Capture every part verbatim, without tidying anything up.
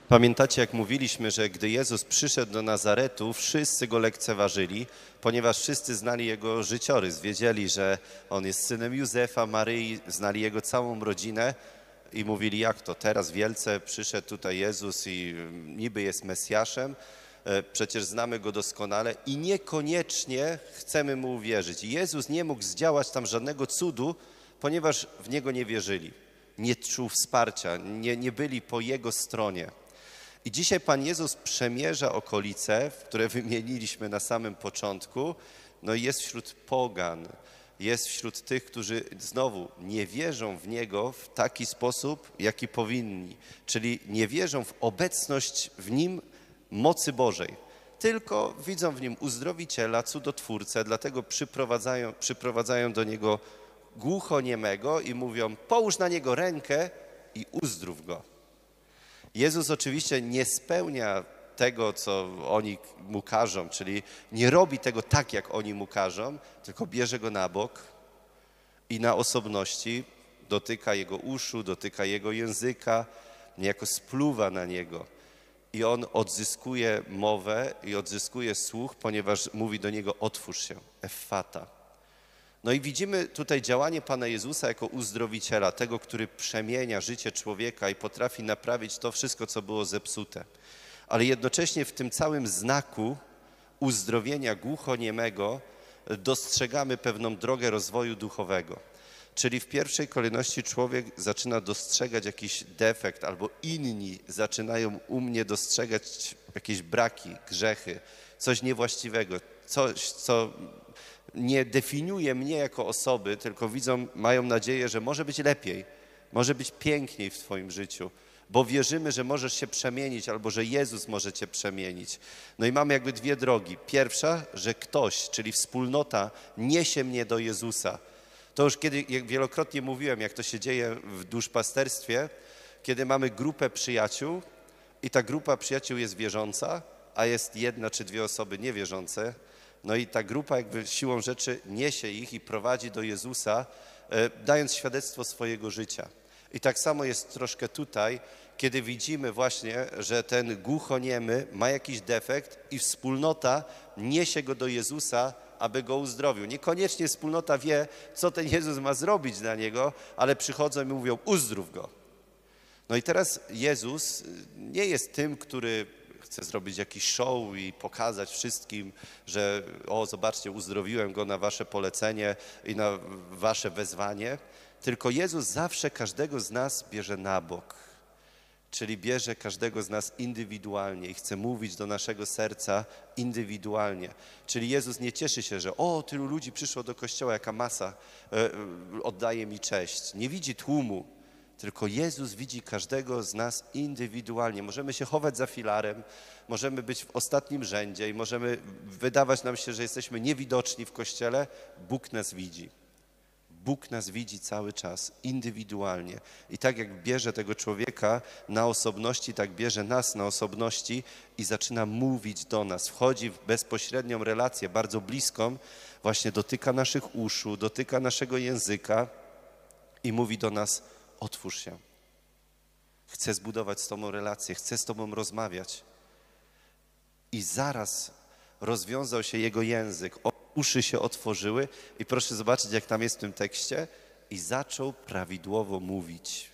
Pamiętacie, jak mówiliśmy, że gdy Jezus przyszedł do Nazaretu, wszyscy Go lekceważyli, ponieważ wszyscy znali Jego życiorys. Wiedzieli, że On jest synem Józefa, Maryi, znali Jego całą rodzinę i mówili, jak to teraz wielce przyszedł tutaj Jezus i niby jest Mesjaszem, przecież znamy Go doskonale i niekoniecznie chcemy Mu uwierzyć. I Jezus nie mógł zdziałać tam żadnego cudu, ponieważ w Niego nie wierzyli. Nie czuł wsparcia, nie, nie byli po Jego stronie. I dzisiaj Pan Jezus przemierza okolice, które wymieniliśmy na samym początku, no i jest wśród pogan, jest wśród tych, którzy znowu nie wierzą w Niego w taki sposób, jaki powinni, czyli nie wierzą w obecność w Nim mocy Bożej, tylko widzą w Nim uzdrowiciela, cudotwórcę, dlatego przyprowadzają, przyprowadzają do Niego głuchoniemego i mówią, połóż na Niego rękę i uzdrów Go. Jezus oczywiście nie spełnia tego, co oni Mu każą, czyli nie robi tego tak, jak oni Mu każą, tylko bierze Go na bok i na osobności dotyka Jego uszu, dotyka Jego języka, niejako spluwa na Niego. I On odzyskuje mowę i odzyskuje słuch, ponieważ mówi do Niego, otwórz się, effata. No i widzimy tutaj działanie Pana Jezusa jako uzdrowiciela, tego, który przemienia życie człowieka i potrafi naprawić to wszystko, co było zepsute. Ale jednocześnie w tym całym znaku uzdrowienia głuchoniemego dostrzegamy pewną drogę rozwoju duchowego. Czyli w pierwszej kolejności człowiek zaczyna dostrzegać jakiś defekt, albo inni zaczynają u mnie dostrzegać jakieś braki, grzechy, coś niewłaściwego, coś, co nie definiuje mnie jako osoby, tylko widzą, mają nadzieję, że może być lepiej, może być piękniej w Twoim życiu, bo wierzymy, że możesz się przemienić albo że Jezus może Cię przemienić. No i mamy jakby dwie drogi. Pierwsza, że ktoś, czyli wspólnota, niesie mnie do Jezusa. To już kiedy, jak wielokrotnie mówiłem, jak to się dzieje w duszpasterstwie, kiedy mamy grupę przyjaciół i ta grupa przyjaciół jest wierząca, a jest jedna czy dwie osoby niewierzące, no i ta grupa jakby siłą rzeczy niesie ich i prowadzi do Jezusa, dając świadectwo swojego życia. I tak samo jest troszkę tutaj, kiedy widzimy właśnie, że ten głuchoniemy ma jakiś defekt i wspólnota niesie go do Jezusa, aby go uzdrowił. Niekoniecznie wspólnota wie, co ten Jezus ma zrobić dla niego, ale przychodzą i mówią, uzdrów go. No i teraz Jezus nie jest tym, który chce zrobić jakiś show i pokazać wszystkim, że o, zobaczcie, uzdrowiłem go na wasze polecenie i na wasze wezwanie, tylko Jezus zawsze każdego z nas bierze na bok, czyli bierze każdego z nas indywidualnie i chce mówić do naszego serca indywidualnie. Czyli Jezus nie cieszy się, że o, tylu ludzi przyszło do kościoła, jaka masa e, oddaje mi cześć. Nie widzi tłumu, tylko Jezus widzi każdego z nas indywidualnie. Możemy się chować za filarem, możemy być w ostatnim rzędzie i możemy wydawać nam się, że jesteśmy niewidoczni w Kościele. Bóg nas widzi. Bóg nas widzi cały czas, indywidualnie. I tak jak bierze tego człowieka na osobności, tak bierze nas na osobności i zaczyna mówić do nas. Wchodzi w bezpośrednią relację, bardzo bliską, właśnie dotyka naszych uszu, dotyka naszego języka i mówi do nas, otwórz się. Chcę zbudować z Tobą relację, chcę z Tobą rozmawiać. I zaraz rozwiązał się jego język, uszy się otworzyły i proszę zobaczyć, jak tam jest w tym tekście, i zaczął prawidłowo mówić.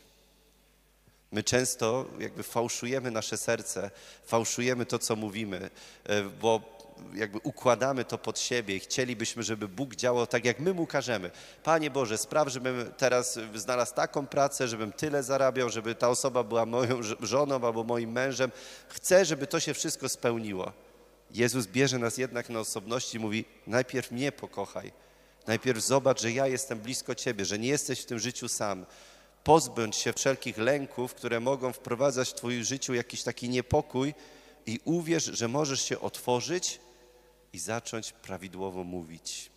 My często jakby fałszujemy nasze serce, fałszujemy to, co mówimy, bo jakby układamy to pod siebie i chcielibyśmy, żeby Bóg działał tak, jak my Mu każemy. Panie Boże, spraw, żebym teraz znalazł taką pracę, żebym tyle zarabiał, żeby ta osoba była moją żoną albo moim mężem. Chcę, żeby to się wszystko spełniło. Jezus bierze nas jednak na osobności i mówi, najpierw mnie pokochaj. Najpierw zobacz, że ja jestem blisko Ciebie, że nie jesteś w tym życiu sam. Pozbądź się wszelkich lęków, które mogą wprowadzać w Twoim życiu jakiś taki niepokój i uwierz, że możesz się otworzyć i zacząć prawidłowo mówić.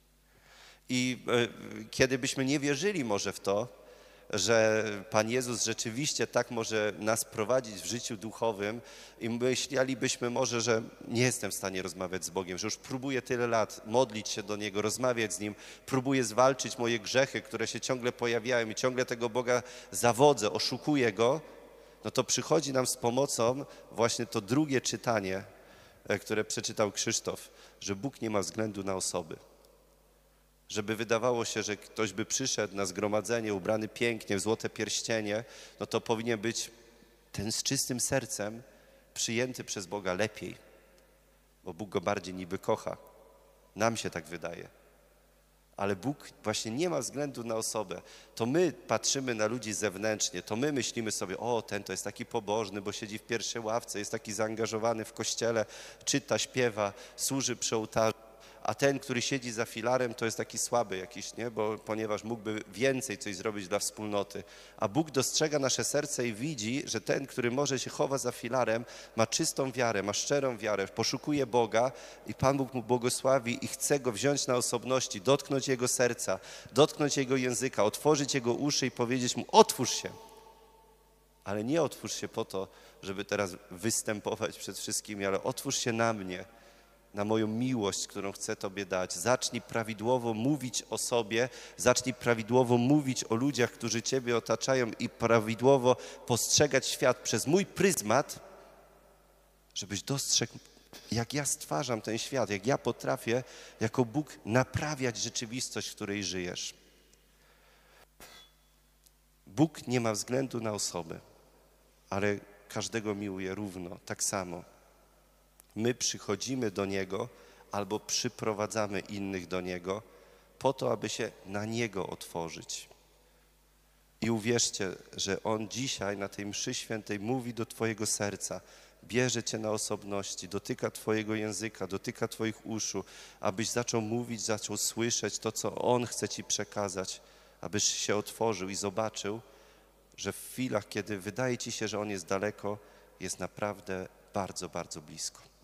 I y, kiedy byśmy nie wierzyli może w to, że Pan Jezus rzeczywiście tak może nas prowadzić w życiu duchowym i myślelibyśmy może, że nie jestem w stanie rozmawiać z Bogiem, że już próbuję tyle lat modlić się do Niego, rozmawiać z Nim, próbuję zwalczyć moje grzechy, które się ciągle pojawiają i ciągle tego Boga zawodzę, oszukuję Go, no to przychodzi nam z pomocą właśnie to drugie czytanie, które przeczytał Krzysztof, że Bóg nie ma względu na osoby. Żeby wydawało się, że ktoś by przyszedł na zgromadzenie ubrany pięknie w złote pierścienie, no to powinien być ten z czystym sercem przyjęty przez Boga lepiej, bo Bóg go bardziej niby kocha. Nam się tak wydaje. Ale Bóg właśnie nie ma względu na osobę. To my patrzymy na ludzi zewnętrznie, to my myślimy sobie, o, ten to jest taki pobożny, bo siedzi w pierwszej ławce, jest taki zaangażowany w kościele, czyta, śpiewa, służy przy ołtarzu. A ten, który siedzi za filarem, to jest taki słaby jakiś, nie? Bo, ponieważ mógłby więcej coś zrobić dla wspólnoty. A Bóg dostrzega nasze serce i widzi, że ten, który może się chowa za filarem, ma czystą wiarę, ma szczerą wiarę, poszukuje Boga i Pan Bóg mu błogosławi i chce go wziąć na osobności, dotknąć jego serca, dotknąć jego języka, otworzyć jego uszy i powiedzieć mu, otwórz się. Ale nie otwórz się po to, żeby teraz występować przed wszystkimi, ale otwórz się na mnie, na moją miłość, którą chcę Tobie dać. Zacznij prawidłowo mówić o sobie, zacznij prawidłowo mówić o ludziach, którzy Ciebie otaczają i prawidłowo postrzegać świat przez mój pryzmat, żebyś dostrzegł, jak ja stwarzam ten świat, jak ja potrafię jako Bóg naprawiać rzeczywistość, w której żyjesz. Bóg nie ma względu na osoby, ale każdego miłuje równo, tak samo. My przychodzimy do Niego albo przyprowadzamy innych do Niego po to, aby się na Niego otworzyć. I uwierzcie, że On dzisiaj na tej mszy świętej mówi do Twojego serca, bierze Cię na osobności, dotyka Twojego języka, dotyka Twoich uszu, abyś zaczął mówić, zaczął słyszeć to, co On chce Ci przekazać, abyś się otworzył i zobaczył, że w chwilach, kiedy wydaje Ci się, że On jest daleko, jest naprawdę bardzo, bardzo blisko.